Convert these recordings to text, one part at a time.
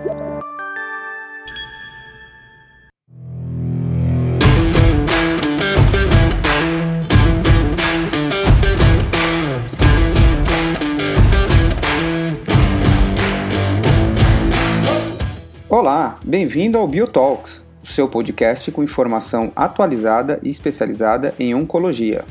Olá, bem-vindo ao BioTalks, o seu podcast com informação atualizada e especializada em oncologia.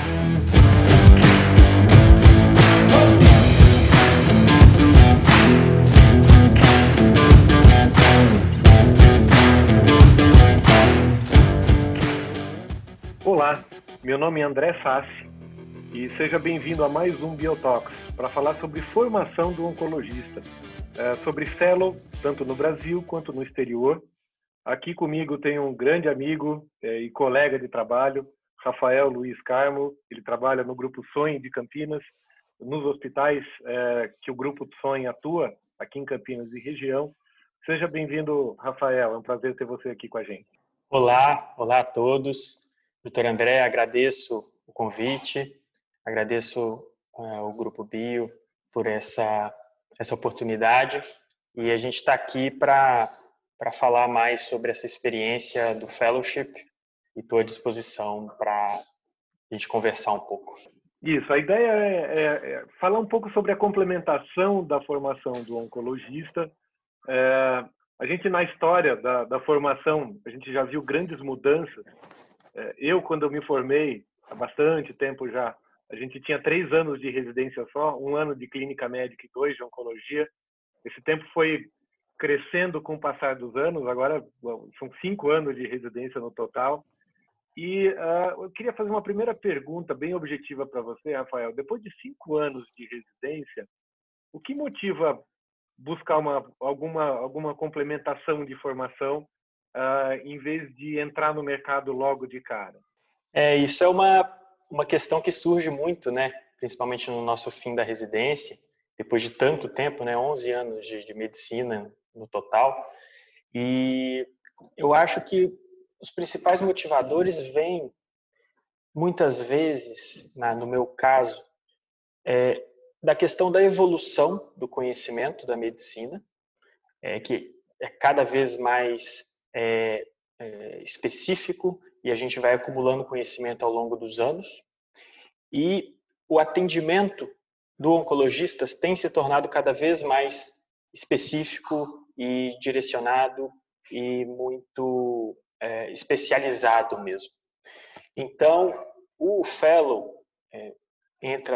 Olá, meu nome é André Fassi e seja bem-vindo a mais um BioTalks para falar sobre formação do oncologista, sobre fellow, tanto no Brasil quanto no exterior. Aqui comigo tem um grande amigo e colega de trabalho, Rafael Luiz Carmo. Ele trabalha no Grupo Sonho de Campinas, nos hospitais que o Grupo Sonho atua aqui em Campinas e região. Seja bem-vindo, Rafael. É um prazer ter você aqui com a gente. Olá a todos. Doutor André, agradeço o convite, agradeço o Grupo Bio por essa oportunidade e a gente está aqui para falar mais sobre essa experiência do fellowship e estou à disposição para a gente conversar um pouco. Isso, a ideia é falar um pouco sobre a complementação da formação do oncologista. A gente, na história da formação, a gente já viu grandes mudanças. Eu, quando eu me formei, há bastante tempo já, a gente tinha 3 anos de residência só, 1 ano de clínica médica e 2 de oncologia. Esse tempo foi crescendo com o passar dos anos, agora são 5 anos de residência no total. E eu queria fazer uma primeira pergunta bem objetiva para você, Rafael. Depois de 5 anos de residência, o que motiva buscar alguma complementação de formação em vez de entrar no mercado logo de cara? Isso é uma questão que surge muito, né? Principalmente no nosso fim da residência, depois de tanto tempo, né? 11 anos de medicina no total. E eu acho que os principais motivadores vêm, muitas vezes, no meu caso, da questão da evolução do conhecimento da medicina, que é cada vez mais específico e a gente vai acumulando conhecimento ao longo dos anos. E o atendimento do oncologista tem se tornado cada vez mais específico e direcionado e muito especializado mesmo. Então, o fellow entra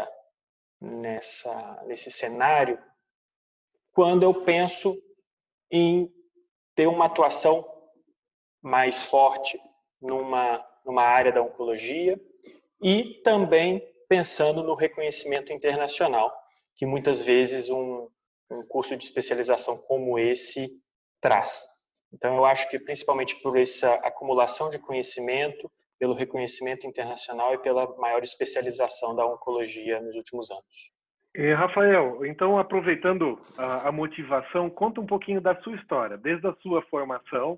nesse cenário quando eu penso em ter uma atuação mais forte numa área da oncologia e também pensando no reconhecimento internacional, que muitas vezes um curso de especialização como esse traz. Então, eu acho que principalmente por essa acumulação de conhecimento, pelo reconhecimento internacional e pela maior especialização da oncologia nos últimos anos. Rafael, então, aproveitando a motivação, conta um pouquinho da sua história, desde a sua formação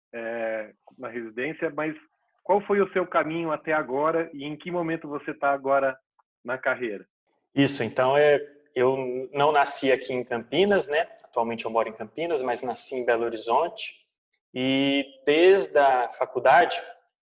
na residência, mas qual foi o seu caminho até agora e em que momento você está agora na carreira? Isso, então, eu não nasci aqui em Campinas, né? Atualmente eu moro em Campinas, mas nasci em Belo Horizonte e desde a faculdade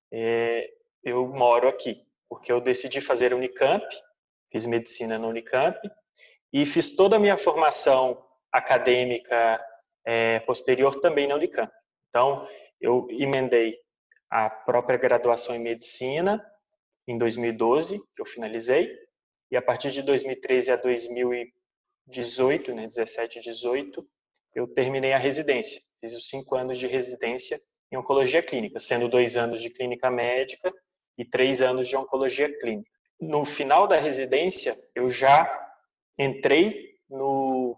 eu moro aqui, porque eu decidi fazer Unicamp, fiz medicina na Unicamp e fiz toda a minha formação acadêmica posterior também na Unicamp. Então, eu emendei a própria graduação em medicina em 2012, que eu finalizei, e a partir de 2013 a 2018, né, 17 e 18, eu terminei a residência. Fiz os 5 anos de residência em oncologia clínica, sendo 2 anos de clínica médica e 3 anos de oncologia clínica. No final da residência, eu já entrei no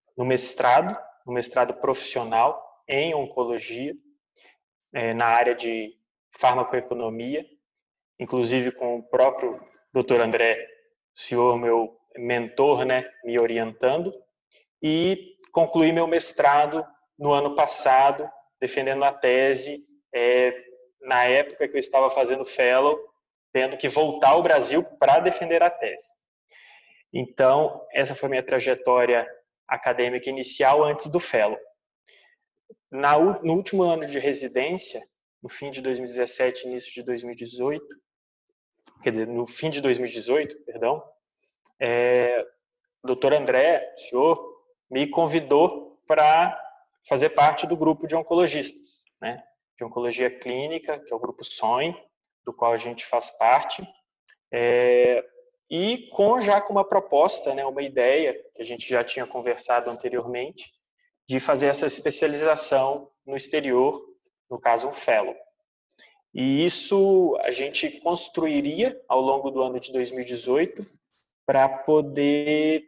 mestrado profissional em oncologia, na área de farmacoeconomia, inclusive com o próprio Dr. André, o senhor meu mentor, né, me orientando, e concluí meu mestrado no ano passado, defendendo a tese, na época que eu estava fazendo fellow, tendo que voltar ao Brasil para defender a tese. Então, essa foi a minha trajetória acadêmica inicial antes do fellow. no último ano de residência, no fim de 2017, início de 2018, quer dizer, no fim de 2018, perdão, o Dr. André, o senhor, me convidou para fazer parte do grupo de oncologistas, né? De oncologia clínica, que é o grupo SOIN, do qual a gente faz parte, e já com uma proposta, né, uma ideia, que a gente já tinha conversado anteriormente, de fazer essa especialização no exterior, no caso um fellow. E isso a gente construiria ao longo do ano de 2018 para poder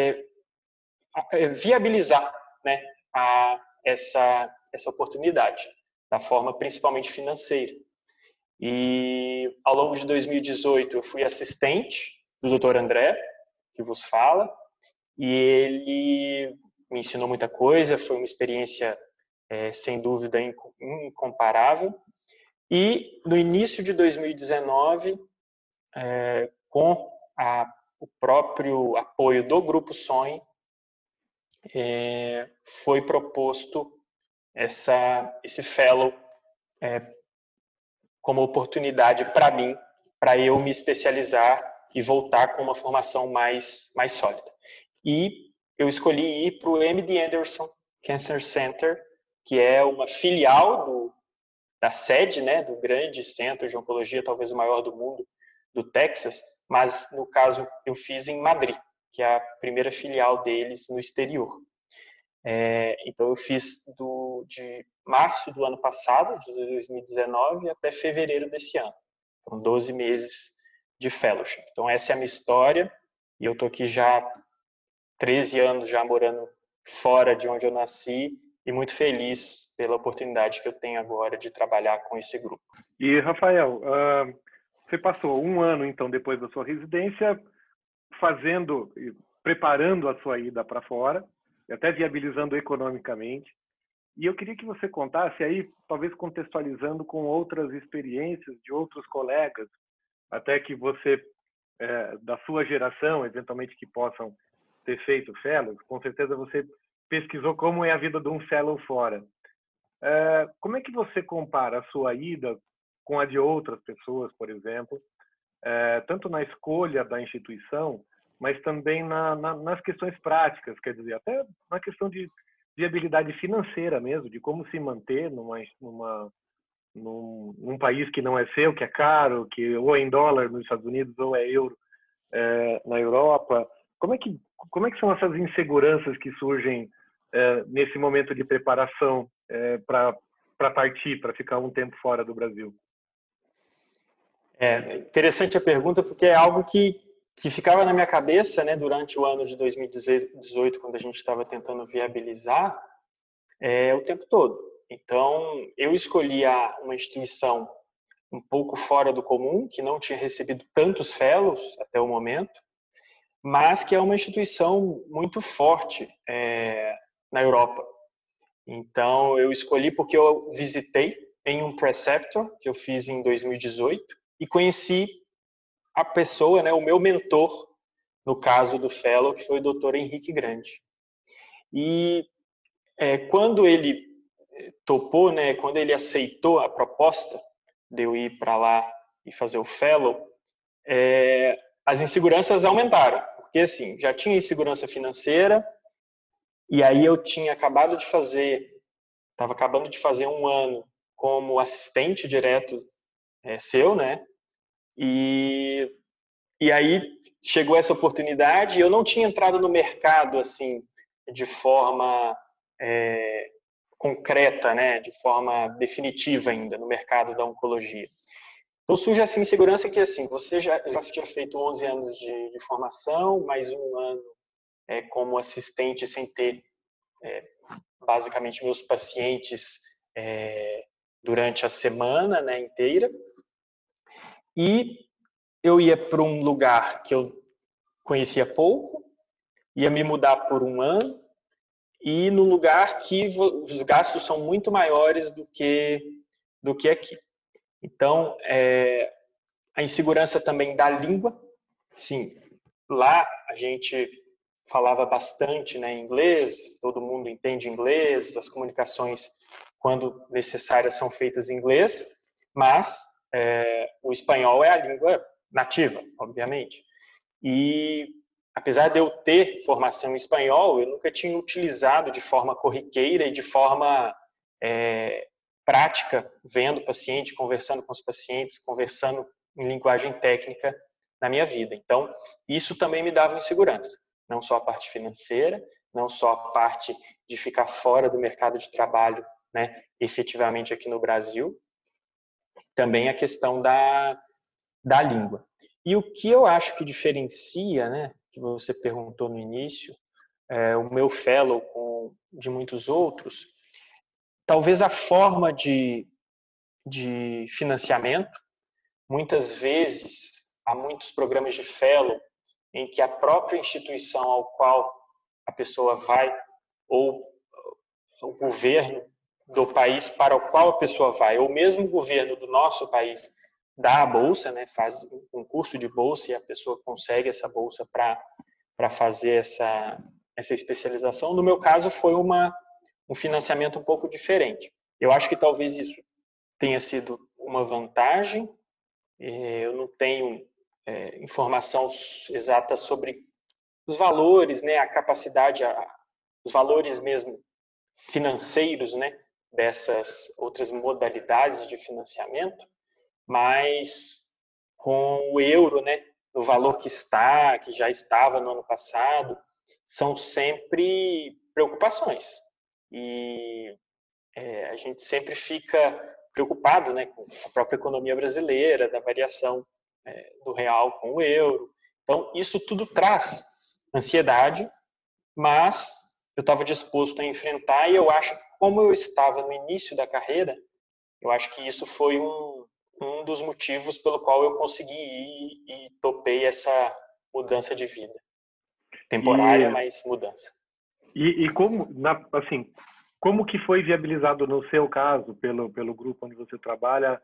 viabilizar, né, essa oportunidade, da forma principalmente financeira. E ao longo de 2018 eu fui assistente do Dr. André, que vos fala, e ele me ensinou muita coisa, foi uma experiência sem dúvida incomparável. E no início de 2019, com o próprio apoio do Grupo SOIN, foi proposto esse fellow como oportunidade para mim, para eu me especializar e voltar com uma formação mais sólida. E eu escolhi ir para o MD Anderson Cancer Center, que é uma filial da sede, né, do grande centro de oncologia, talvez o maior do mundo, do Texas, mas no caso eu fiz em Madrid, que é a primeira filial deles no exterior. Então eu fiz de março do ano passado, de 2019, até fevereiro desse ano. Então 12 meses de fellowship. Então essa é a minha história, e eu estou aqui já 13 anos já morando fora de onde eu nasci, e muito feliz pela oportunidade que eu tenho agora de trabalhar com esse grupo. E, Rafael, você passou um ano, então, depois da sua residência, preparando a sua ida para fora, e até viabilizando economicamente. E eu queria que você contasse aí, talvez contextualizando com outras experiências de outros colegas, até que você, da sua geração, eventualmente que possam ter feito fellows, com certeza você pesquisou como é a vida de um fellow fora. Como é que você compara a sua ida com a de outras pessoas, por exemplo, tanto na escolha da instituição, mas também nas questões práticas, quer dizer, até na questão de viabilidade financeira mesmo, de como se manter num país que não é seu, que é caro, que ou é em dólar nos Estados Unidos ou é euro na Europa. Como é que são essas inseguranças que surgem nesse momento de preparação para partir, para ficar um tempo fora do Brasil? Interessante a pergunta, porque é algo que ficava na minha cabeça, né, durante o ano de 2018, quando a gente estava tentando viabilizar, o tempo todo. Então, eu escolhi uma instituição um pouco fora do comum, que não tinha recebido tantos fellows até o momento, mas que é uma instituição muito forte na Europa. Então, eu escolhi porque eu visitei em um preceptor, que eu fiz em 2018, e conheci a pessoa, né, o meu mentor, no caso do fellow, que foi o Dr. Henrique Grande. E quando ele topou, né, quando ele aceitou a proposta de eu ir para lá e fazer o fellow, as inseguranças aumentaram, porque assim, já tinha insegurança financeira, e aí eu estava acabando de fazer um ano como assistente direto seu, né? E aí chegou essa oportunidade, e eu não tinha entrado no mercado assim de forma concreta, né? De forma definitiva ainda no mercado da oncologia. Então surge essa insegurança que assim, você já tinha feito 11 anos de formação, mais um ano como assistente sem ter basicamente meus pacientes durante a semana, né, inteira. E eu ia para um lugar que eu conhecia pouco, ia me mudar por um ano, e num lugar que os gastos são muito maiores do que aqui. Então, a insegurança também da língua. Sim, lá a gente falava bastante, né, inglês, todo mundo entende inglês, as comunicações, quando necessárias, são feitas em inglês, mas o espanhol é a língua nativa, obviamente. E apesar de eu ter formação em espanhol, eu nunca tinha utilizado de forma corriqueira e de forma prática, vendo o paciente, conversando com os pacientes, conversando em linguagem técnica na minha vida. Então, isso também me dava insegurança. Não só a parte financeira, não só a parte de ficar fora do mercado de trabalho, né, efetivamente aqui no Brasil, também a questão da língua. E o que eu acho que diferencia, né, que você perguntou no início, o meu fellow de muitos outros, talvez a forma de financiamento. Muitas vezes, há muitos programas de fellow em que a própria instituição ao qual a pessoa vai, ou o governo do país para o qual a pessoa vai, ou mesmo o governo do nosso país, dá a bolsa, né, faz um curso de bolsa e a pessoa consegue essa bolsa para fazer essa especialização. No meu caso, foi um financiamento um pouco diferente. Eu acho que talvez isso tenha sido uma vantagem. Eu não tenho informação exata sobre os valores, né, a capacidade, os valores mesmo financeiros, né, dessas outras modalidades de financiamento, mas com o euro, né, no valor que já estava no ano passado, são sempre preocupações. E a gente sempre fica preocupado, né, com a própria economia brasileira, da variação do real com o euro. Então, isso tudo traz ansiedade, mas eu estava disposto a enfrentar, e eu acho que, como eu estava no início da carreira, eu acho que isso foi um dos motivos pelo qual eu consegui ir e topei essa mudança de vida. Temporária, mas mudança. E como, assim, como que foi viabilizado no seu caso, pelo grupo onde você trabalha,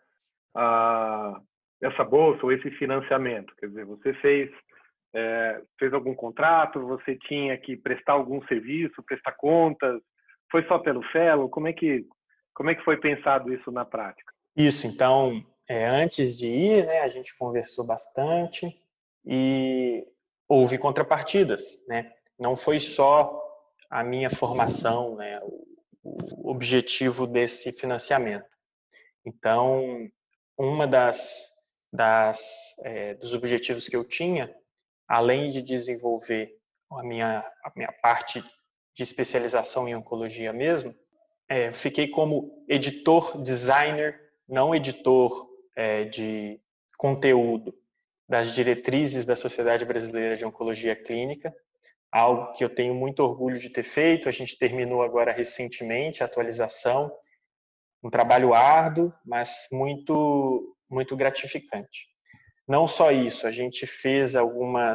essa bolsa ou esse financiamento? Quer dizer, você fez algum contrato, você tinha que prestar algum serviço, prestar contas? Foi só pelo fellow? Como é que foi pensado isso na prática? Isso, então, antes de ir, né, a gente conversou bastante e houve contrapartidas, né? Não foi só a minha formação, né, o objetivo desse financiamento. Então, uma dos objetivos que eu tinha, além de desenvolver a minha parte de especialização em oncologia mesmo, fiquei como editor, designer, não editor de conteúdo, das diretrizes da Sociedade Brasileira de Oncologia Clínica, algo que eu tenho muito orgulho de ter feito. A gente terminou agora recentemente a atualização, um trabalho árduo, mas muito, muito gratificante. Não só isso, a gente fez uma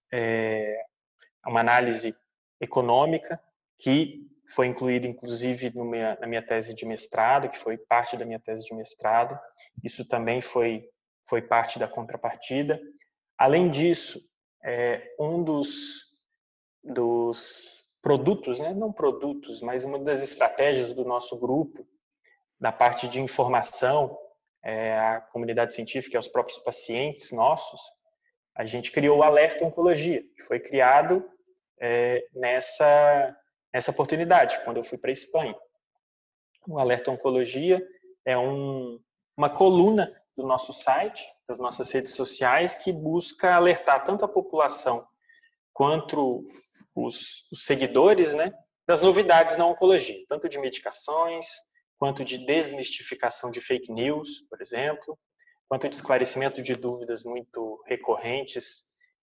análise econômica que foi incluída, inclusive, na minha tese de mestrado, que foi parte da minha tese de mestrado. Isso também foi parte da contrapartida. Além disso, um dos produtos, né? Não produtos, mas uma das estratégias do nosso grupo, da parte de informação à comunidade científica e aos próprios pacientes nossos, a gente criou o Alerta Oncologia, que foi criado nessa oportunidade, quando eu fui para a Espanha. O Alerta Oncologia é uma coluna do nosso site, das nossas redes sociais, que busca alertar tanto a população quanto os seguidores, né, das novidades na oncologia, tanto de medicações, quanto de desmistificação de fake news, por exemplo, quanto de esclarecimento de dúvidas muito recorrentes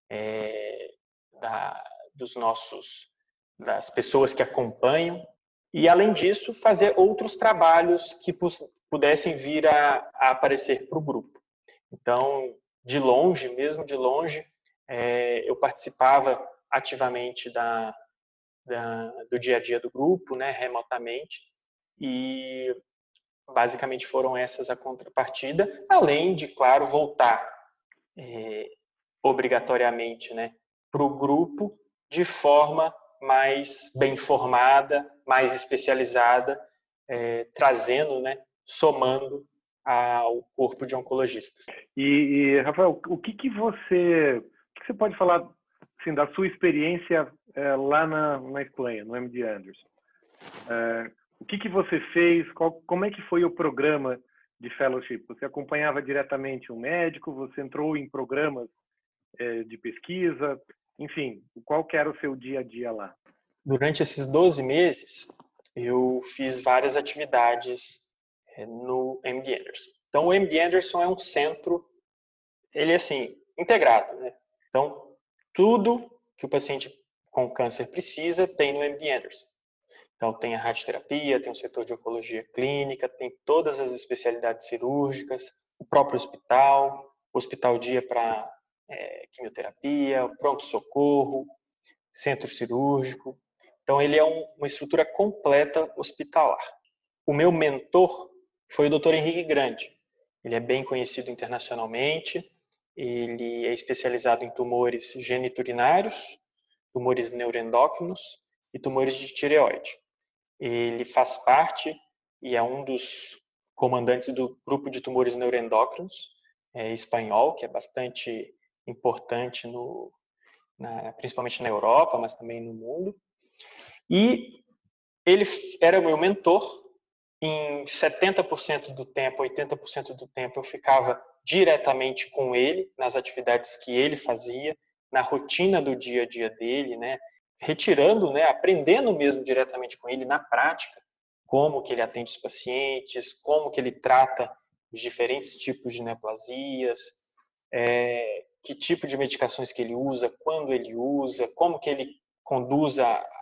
das pessoas que acompanham, e, além disso, fazer outros trabalhos que pudessem vir a aparecer para o grupo. Então, de longe, mesmo de longe, eu participava ativamente do dia a dia do grupo, né, remotamente, e basicamente foram essas a contrapartida, além de, claro, voltar obrigatoriamente, né, para o grupo de forma mais bem formada, mais especializada, trazendo, né, somando ao corpo de oncologistas. Rafael, o que você pode falar assim, da sua experiência lá na Espanha, no MD Anderson? O que você fez? Como é que foi o programa de fellowship? Você acompanhava diretamente um médico? Você entrou em programas de pesquisa? Enfim, qual que era o seu dia a dia lá? Durante esses 12 meses, eu fiz várias atividades no MD Anderson. Então, o MD Anderson é um centro, ele é assim, integrado, né? Então, tudo que o paciente com câncer precisa tem no MD Anderson. Então, tem a radioterapia, tem o setor de oncologia clínica, tem todas as especialidades cirúrgicas, o próprio hospital dia para quimioterapia, pronto-socorro, centro cirúrgico. Então, ele é uma estrutura completa hospitalar. O meu mentor foi o Dr. Henrique Grande. Ele é bem conhecido internacionalmente, ele é especializado em tumores geniturinários, tumores neuroendócrinos e tumores de tireoide. Ele faz parte e é um dos comandantes do grupo de tumores neuroendócrinos espanhol, que é bastante importante principalmente na Europa, mas também no mundo. E ele era meu mentor. Em 70% do tempo, 80% do tempo, eu ficava diretamente com ele, nas atividades que ele fazia, na rotina do dia a dia dele, né? Retirando, né? Aprendendo mesmo diretamente com ele, na prática, como que ele atende os pacientes, como que ele trata os diferentes tipos de neoplasias, que tipo de medicações que ele usa, quando ele usa, como que ele conduz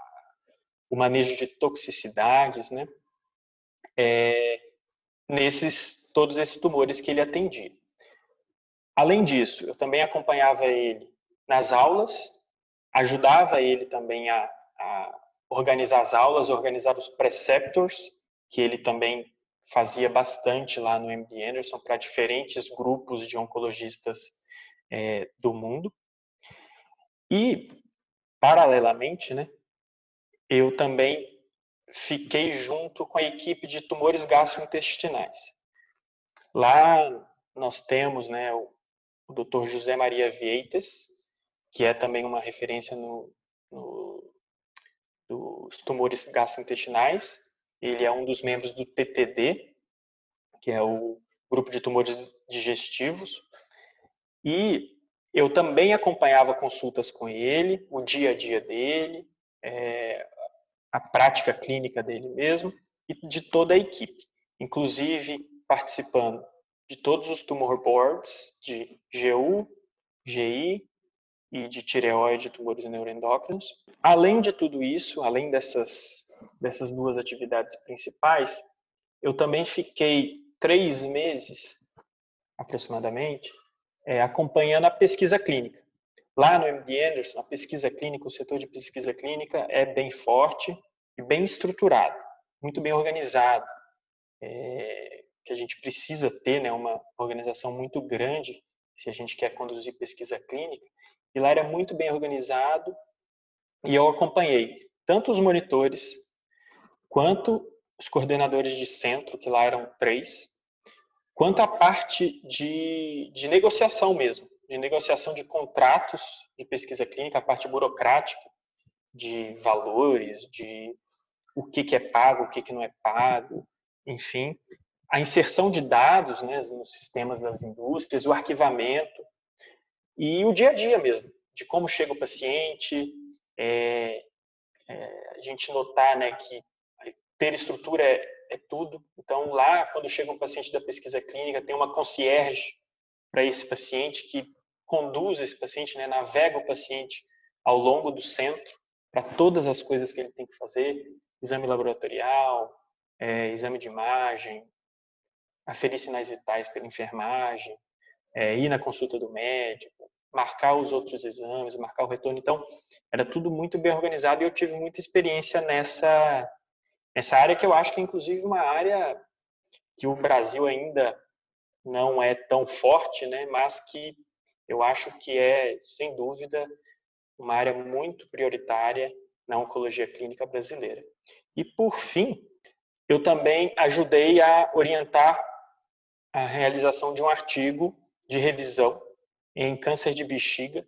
o manejo de toxicidades, né? Todos esses tumores que ele atendia. Além disso, eu também acompanhava ele nas aulas, ajudava ele também a organizar as aulas, organizar os preceptors, que ele também fazia bastante lá no MD Anderson para diferentes grupos de oncologistas do mundo. E, paralelamente, né, eu também fiquei junto com a equipe de tumores gastrointestinais. Lá nós temos, né, o Dr. José Maria Vieites, que é também uma referência dos tumores gastrointestinais. Ele é um dos membros do TTD, que é o grupo de tumores digestivos. E eu também acompanhava consultas com ele, o dia a dia dele, a prática clínica dele mesmo e de toda a equipe, inclusive participando de todos os tumor boards de GU, GI e de tireoide, tumores neuroendócrinos. Além de tudo isso, além dessas duas atividades principais, eu também fiquei 3 meses, aproximadamente, acompanhando a pesquisa clínica. Lá no MD Anderson, a pesquisa clínica, o setor de pesquisa clínica é bem forte e bem estruturado, muito bem organizado, que a gente precisa ter, né, uma organização muito grande se a gente quer conduzir pesquisa clínica. E lá era muito bem organizado e eu acompanhei tanto os monitores quanto os coordenadores de centro, que lá eram 3, quanto a parte de negociação mesmo, de negociação de contratos de pesquisa clínica, a parte burocrática de valores, de o que é pago, o que não é pago, enfim, a inserção de dados, né, nos sistemas das indústrias, o arquivamento e o dia a dia mesmo, de como chega o paciente, a gente notar, né, que ter estrutura é tudo. Então, lá, quando chega um paciente da pesquisa clínica, tem uma concierge para esse paciente que conduz esse paciente, né, navega o paciente ao longo do centro para todas as coisas que ele tem que fazer, exame laboratorial, exame de imagem, aferir sinais vitais pela enfermagem, ir na consulta do médico, marcar os outros exames, marcar o retorno. Então, era tudo muito bem organizado e eu tive muita experiência nessa área que eu acho que é, inclusive, uma área que o Brasil ainda não é tão forte, né? Mas que eu acho que é, sem dúvida, uma área muito prioritária na oncologia clínica brasileira. E, por fim, eu também ajudei a orientar a realização de um artigo de revisão em câncer de bexiga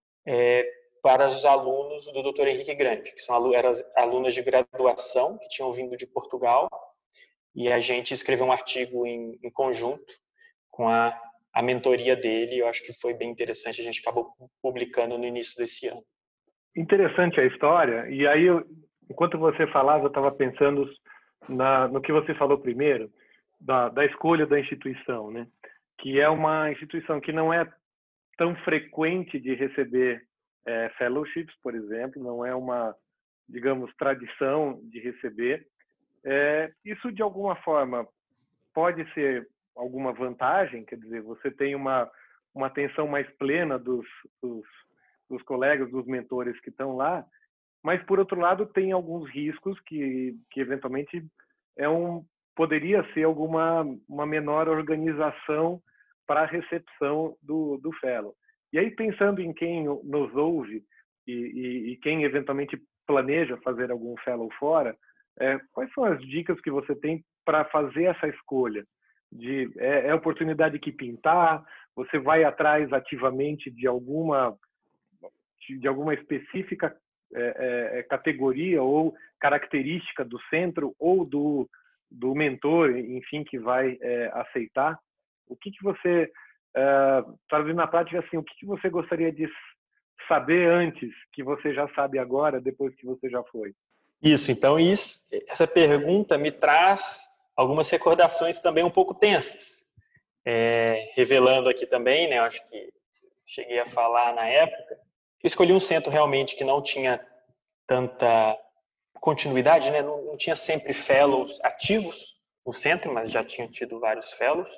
para os alunos do Dr. Henrique Grande, que eram alunas de graduação que tinham vindo de Portugal, e a gente escreveu um artigo em conjunto com a mentoria dele. Eu acho que foi bem interessante, a gente acabou publicando no início desse ano. Interessante a história, e aí, enquanto você falava, eu estava pensando no que você falou primeiro, da escolha da instituição, né? Que é uma instituição que não é tão frequente de receber fellowships, por exemplo, não é uma, digamos, tradição de receber. Isso, de alguma forma, pode ser alguma vantagem, quer dizer, você tem uma atenção mais plena dos colegas, dos mentores que estão lá, mas, por outro lado, tem alguns riscos que eventualmente, poderia ser uma menor organização para a recepção do fellow. E aí, pensando em quem nos ouve e quem eventualmente planeja fazer algum fellow fora, quais são as dicas que você tem para fazer essa escolha? É a oportunidade que pintar? Você vai atrás ativamente de alguma específica categoria ou característica do centro ou do mentor, enfim, que vai aceitar? O que você, trazendo na prática, assim, o que você gostaria de saber antes, que você já sabe agora, depois que você já foi? Isso, então essa pergunta me traz algumas recordações também um pouco tensas. Revelando aqui também, né, eu acho que cheguei a falar na época, eu escolhi um centro realmente que não tinha tanta continuidade, né, não tinha sempre fellows ativos no centro, mas já tinha tido vários fellows.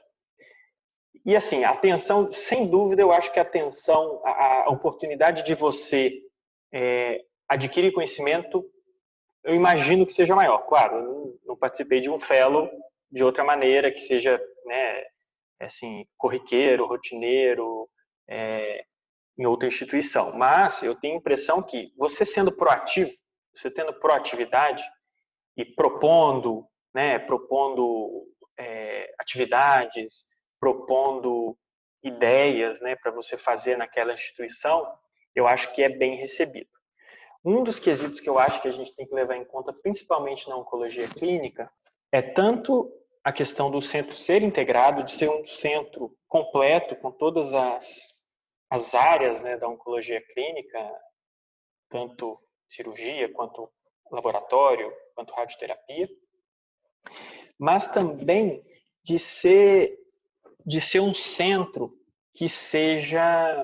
E assim, a atenção, sem dúvida, eu acho que a atenção, a oportunidade de você adquirir conhecimento, eu imagino que seja maior. Claro, eu não participei de um fellow de outra maneira, que seja, né, assim, corriqueiro, rotineiro, em outra instituição. Mas eu tenho a impressão que você sendo proativo, você tendo proatividade e propondo atividades, propondo ideias, né, para você fazer naquela instituição, eu acho que é bem recebido. Um dos quesitos que eu acho que a gente tem que levar em conta, principalmente na oncologia clínica, é tanto a questão do centro ser integrado, de ser um centro completo com todas as áreas, né, da oncologia clínica, tanto cirurgia, quanto laboratório, quanto radioterapia, mas também de ser um centro que seja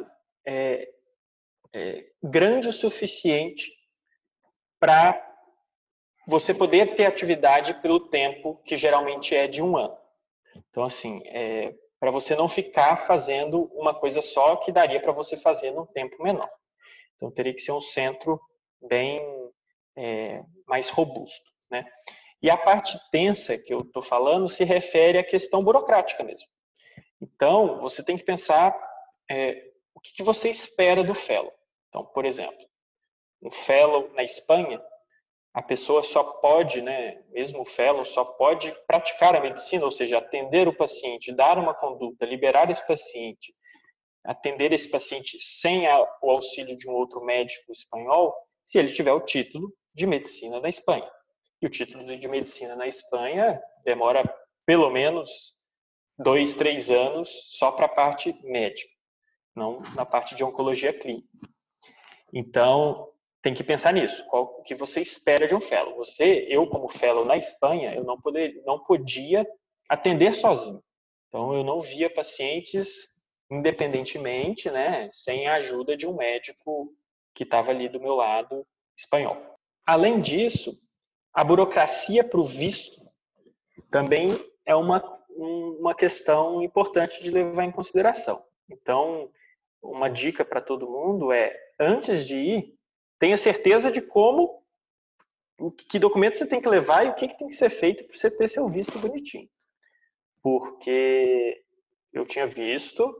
grande o suficiente para você poder ter atividade pelo tempo que geralmente é de um ano. Então, assim, para você não ficar fazendo uma coisa só que daria para você fazer num tempo menor. Então, teria que ser um centro bem mais robusto, né? E a parte tensa que eu estou falando se refere à questão burocrática mesmo. Então, você tem que pensar o que você espera do fellow. Então, por exemplo, um fellow na Espanha, a pessoa só pode, né, mesmo o fellow, só pode praticar a medicina, ou seja, atender o paciente, dar uma conduta, liberar esse paciente, atender esse paciente sem o auxílio de um outro médico espanhol, se ele tiver o título de medicina da Espanha. E o título de medicina na Espanha demora pelo menos 2, 3 anos só para a parte médica, não na parte de oncologia clínica. Então, tem que pensar nisso. O que você espera de um fellow? Eu como fellow na Espanha, eu não podia atender sozinho. Então, eu não via pacientes independentemente, né, sem a ajuda de um médico que estava ali do meu lado, espanhol. Além disso, a burocracia para o visto também é uma questão importante de levar em consideração. Então, uma dica para todo mundo antes de ir, tenha certeza de que documento você tem que levar e o que tem que ser feito para você ter seu visto bonitinho. Porque eu tinha visto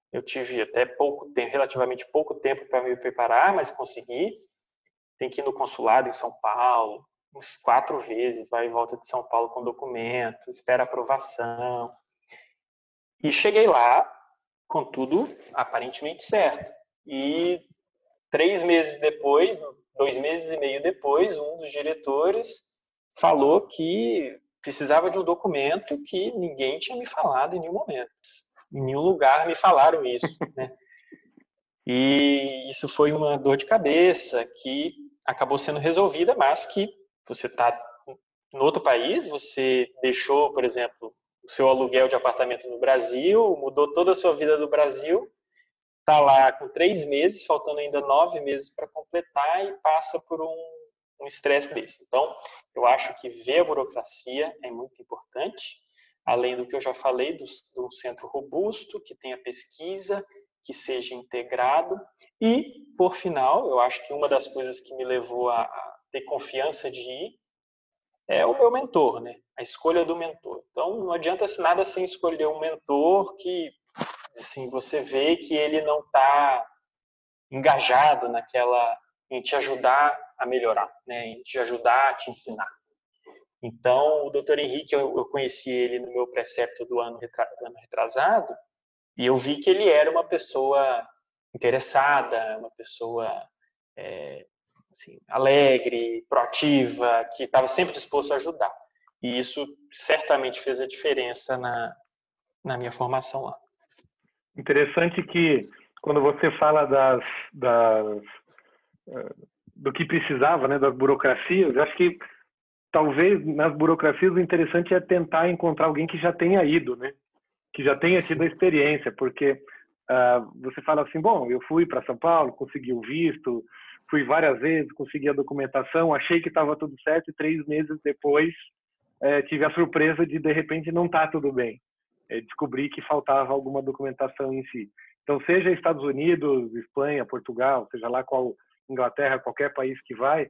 Eu tive até pouco tempo, relativamente pouco tempo para me preparar, mas consegui. Tem que ir no consulado em São Paulo, uns 4 vezes, vai e volta de São Paulo com documento, espera aprovação. E cheguei lá com tudo aparentemente certo. E 3 meses depois, 2 meses e meio depois, um dos diretores falou que precisava de um documento que ninguém tinha me falado em nenhum momento. Em nenhum lugar me falaram isso, né? E isso foi uma dor de cabeça que acabou sendo resolvida, mas que você está em outro país, você deixou, por exemplo, o seu aluguel de apartamento no Brasil, mudou toda a sua vida do Brasil, está lá com 3 meses, faltando ainda 9 meses para completar e passa por um estresse desse. Então, eu acho que ver a burocracia é muito importante, além do que eu já falei, de um centro robusto, que tenha pesquisa, que seja integrado. E, por final, eu acho que uma das coisas que me levou a ter confiança de ir é o meu mentor, né? A escolha do mentor. Então, não adianta nada sem escolher um mentor que, assim, você vê que ele não está engajado em te ajudar a melhorar, né? Em te ajudar a te ensinar. Então, o Dr. Henrique, eu conheci ele no meu precepto do ano retrasado, e eu vi que ele era uma pessoa interessada, uma pessoa assim, alegre, proativa, que estava sempre disposto a ajudar. E isso certamente fez a diferença na minha formação lá. Interessante que quando você fala do que precisava, né, das burocracias, eu acho que talvez nas burocracias o interessante é tentar encontrar alguém que já tenha ido, né? Que já tenha tido a experiência, porque você fala assim, bom, eu fui para São Paulo, consegui o visto, fui várias vezes, consegui a documentação, achei que estava tudo certo e 3 meses depois tive a surpresa de repente, não está tudo bem. Descobri que faltava alguma documentação em si. Então, seja Estados Unidos, Espanha, Portugal, seja lá qual, Inglaterra, qualquer país que vai,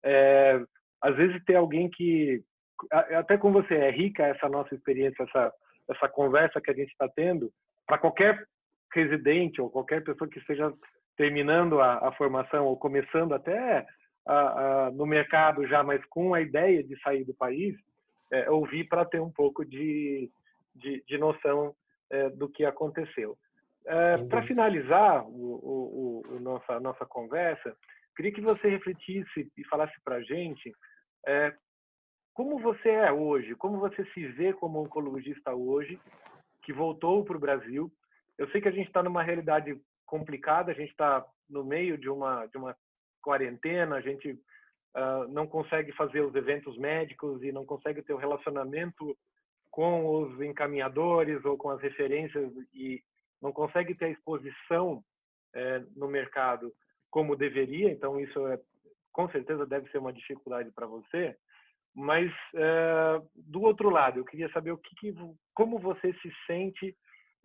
às vezes ter alguém que, até com você, é rica essa nossa experiência, essa conversa que a gente está tendo, para qualquer residente ou qualquer pessoa que esteja terminando a formação ou começando até no mercado já, mas com a ideia de sair do país, ouvir para ter um pouco de noção do que aconteceu. Para finalizar a nossa conversa, queria que você refletisse e falasse para a gente como você é hoje, como você se vê como oncologista hoje, que voltou para o Brasil. Eu sei que a gente está numa realidade complicada, a gente está no meio de uma quarentena, a gente não consegue fazer os eventos médicos e não consegue ter o relacionamento com os encaminhadores ou com as referências e não consegue ter a exposição no mercado como deveria. Então, isso com certeza deve ser uma dificuldade para você. Mas, do outro lado, eu queria saber como você se sente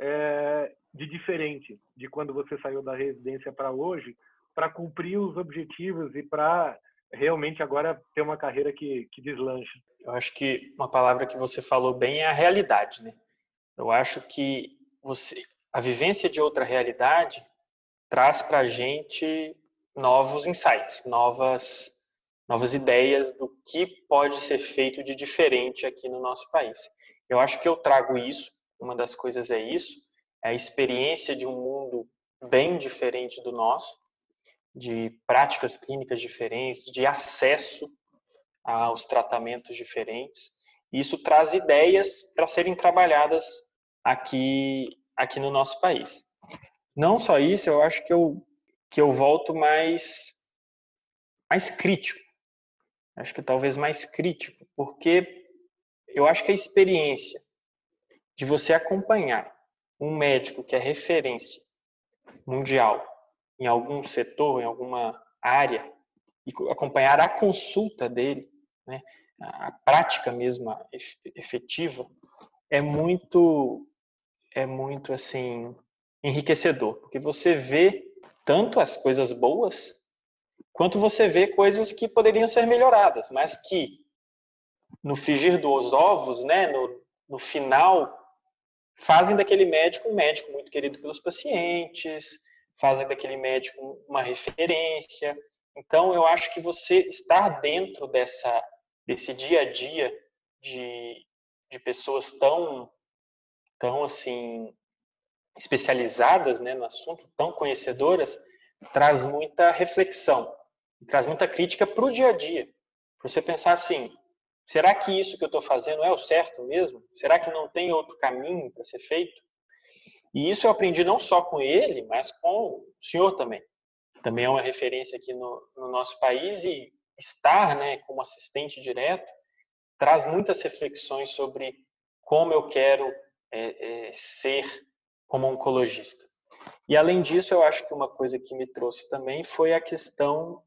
de diferente de quando você saiu da residência para hoje, para cumprir os objetivos e para realmente agora ter uma carreira que deslancha. Eu acho que uma palavra que você falou bem é a realidade, né? Eu acho que a vivência de outra realidade traz para a gente novos insights, novas ideias do que pode ser feito de diferente aqui no nosso país. Eu acho que eu trago isso, uma das coisas é isso, é a experiência de um mundo bem diferente do nosso, de práticas clínicas diferentes, de acesso aos tratamentos diferentes. Isso traz ideias para serem trabalhadas aqui no nosso país. Não só isso, eu acho que eu volto mais crítico. Acho que talvez mais crítico, porque eu acho que a experiência de você acompanhar um médico que é referência mundial em algum setor, em alguma área, e acompanhar a consulta dele, né, a prática mesmo efetiva, é muito assim enriquecedor, porque você vê tanto as coisas boas quanto você vê coisas que poderiam ser melhoradas, mas que no frigir dos ovos, né, no final fazem daquele médico um médico muito querido pelos pacientes, fazem daquele médico uma referência. Então, eu acho que você estar dentro desse dia a dia de pessoas tão assim, especializadas, né, no assunto, tão conhecedoras, traz muita reflexão, traz muita crítica para o dia a dia. Para você pensar assim, será que isso que eu estou fazendo é o certo mesmo? Será que não tem outro caminho para ser feito? E isso eu aprendi não só com ele, mas com o senhor também. Também é uma referência aqui no nosso país, e estar, né, como assistente direto traz muitas reflexões sobre como eu quero ser como oncologista. E, além disso, eu acho que uma coisa que me trouxe também foi a questão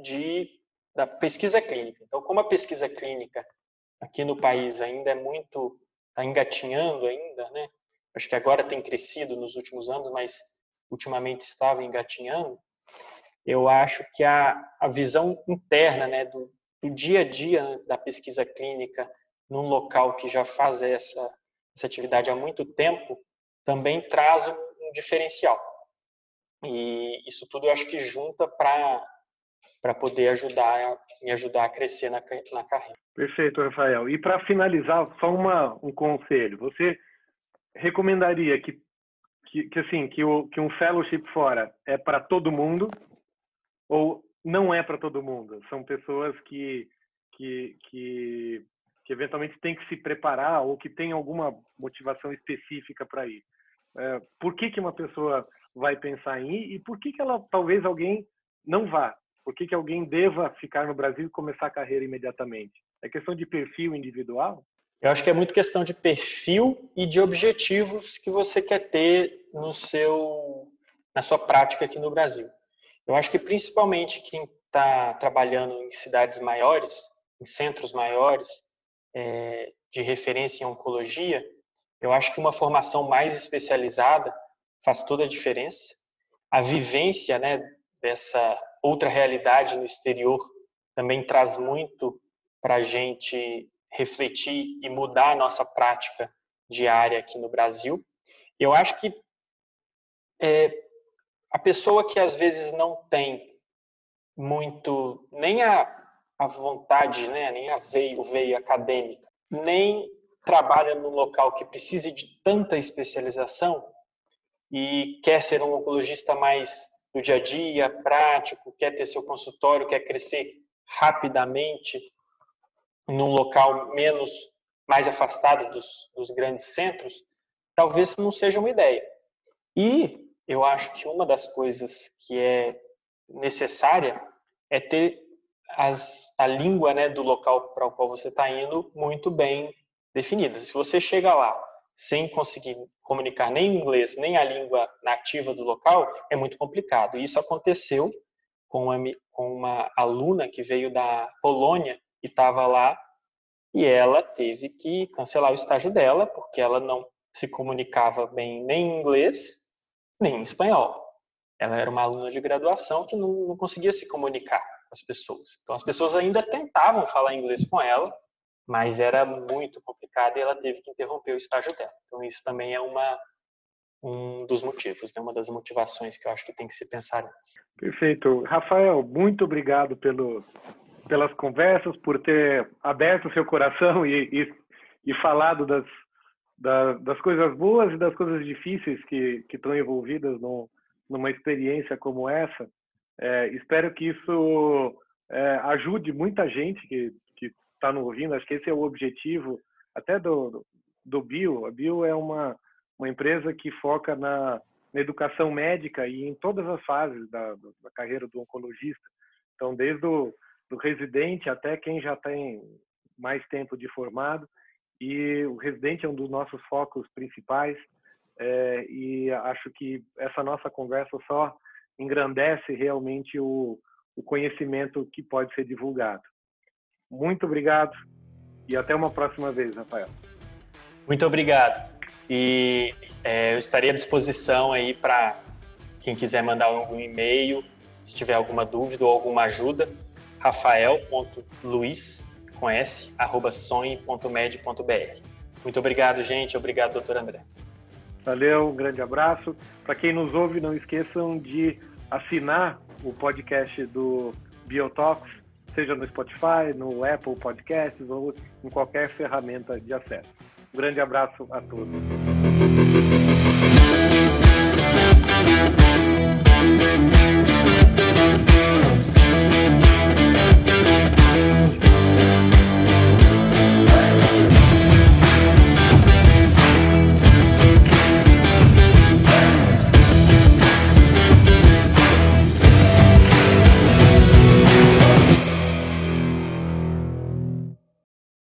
da pesquisa clínica. Então, como a pesquisa clínica aqui no país ainda está engatinhando ainda, né? Acho que agora tem crescido nos últimos anos, mas ultimamente estava engatinhando. Eu acho que a visão interna, né, do dia a dia da pesquisa clínica num local que já faz essa atividade há muito tempo também traz um diferencial. E isso tudo eu acho que junta para poder me ajudar a crescer na carreira. Perfeito, Rafael. E para finalizar, só um conselho. Você recomendaria que um fellowship fora é para todo mundo ou não é para todo mundo? São pessoas que eventualmente têm que se preparar ou que têm alguma motivação específica para ir. Por que uma pessoa vai pensar em ir e por que talvez alguém não vá? Por que alguém deva ficar no Brasil e começar a carreira imediatamente? É questão de perfil individual? Eu acho que é muito questão de perfil e de objetivos que você quer ter na sua prática aqui no Brasil. Eu acho que principalmente quem está trabalhando em cidades maiores, em centros maiores, de referência em oncologia, eu acho que uma formação mais especializada faz toda a diferença. A vivência, né, dessa outra realidade no exterior também traz muito para a gente refletir e mudar a nossa prática diária aqui no Brasil. Eu acho que a pessoa que às vezes não tem muito nem a vontade, né, nem o veio acadêmica, nem trabalha num local que precise de tanta especialização e quer ser um oncologista mais do dia a dia, prático, quer ter seu consultório, quer crescer rapidamente num local mais afastado dos grandes centros, talvez não seja uma ideia. E eu acho que uma das coisas que é necessária é ter a língua, né, do local para o qual você está indo muito bem definida. Se você chega lá sem conseguir comunicar nem o inglês, nem a língua nativa do local, é muito complicado. E isso aconteceu com uma aluna que veio da Polônia e estava lá, e ela teve que cancelar o estágio dela, porque ela não se comunicava bem nem em inglês, nem em espanhol. Ela era uma aluna de graduação que não conseguia se comunicar com as pessoas. Então, as pessoas ainda tentavam falar inglês com ela, mas era muito complicado e ela teve que interromper o estágio dela. Então, isso também é um dos motivos, né? Uma das motivações que eu acho que tem que se pensar antes. Perfeito. Rafael, muito obrigado pelas conversas, por ter aberto o seu coração e falado das coisas boas e das coisas difíceis que estão envolvidas numa experiência como essa. Espero que isso ajude muita gente que está nos ouvindo. Acho que esse é o objetivo até do Bio. A Bio é uma empresa que foca na educação médica e em todas as fases da carreira do oncologista. Então, desde do residente até quem já tem mais tempo de formado. E o residente é um dos nossos focos principais. E acho que essa nossa conversa só engrandece realmente o conhecimento que pode ser divulgado. Muito obrigado e até uma próxima vez, Rafael. Muito obrigado. E eu estaria à disposição aí para quem quiser mandar algum e-mail, se tiver alguma dúvida ou alguma ajuda, rafael.luiz@sonhe.med.br. Muito obrigado, gente. Obrigado, doutor André. Valeu, um grande abraço. Para quem nos ouve, não esqueçam de assinar o podcast do Biotalks, seja no Spotify, no Apple Podcasts ou em qualquer ferramenta de acesso. Um grande abraço a todos.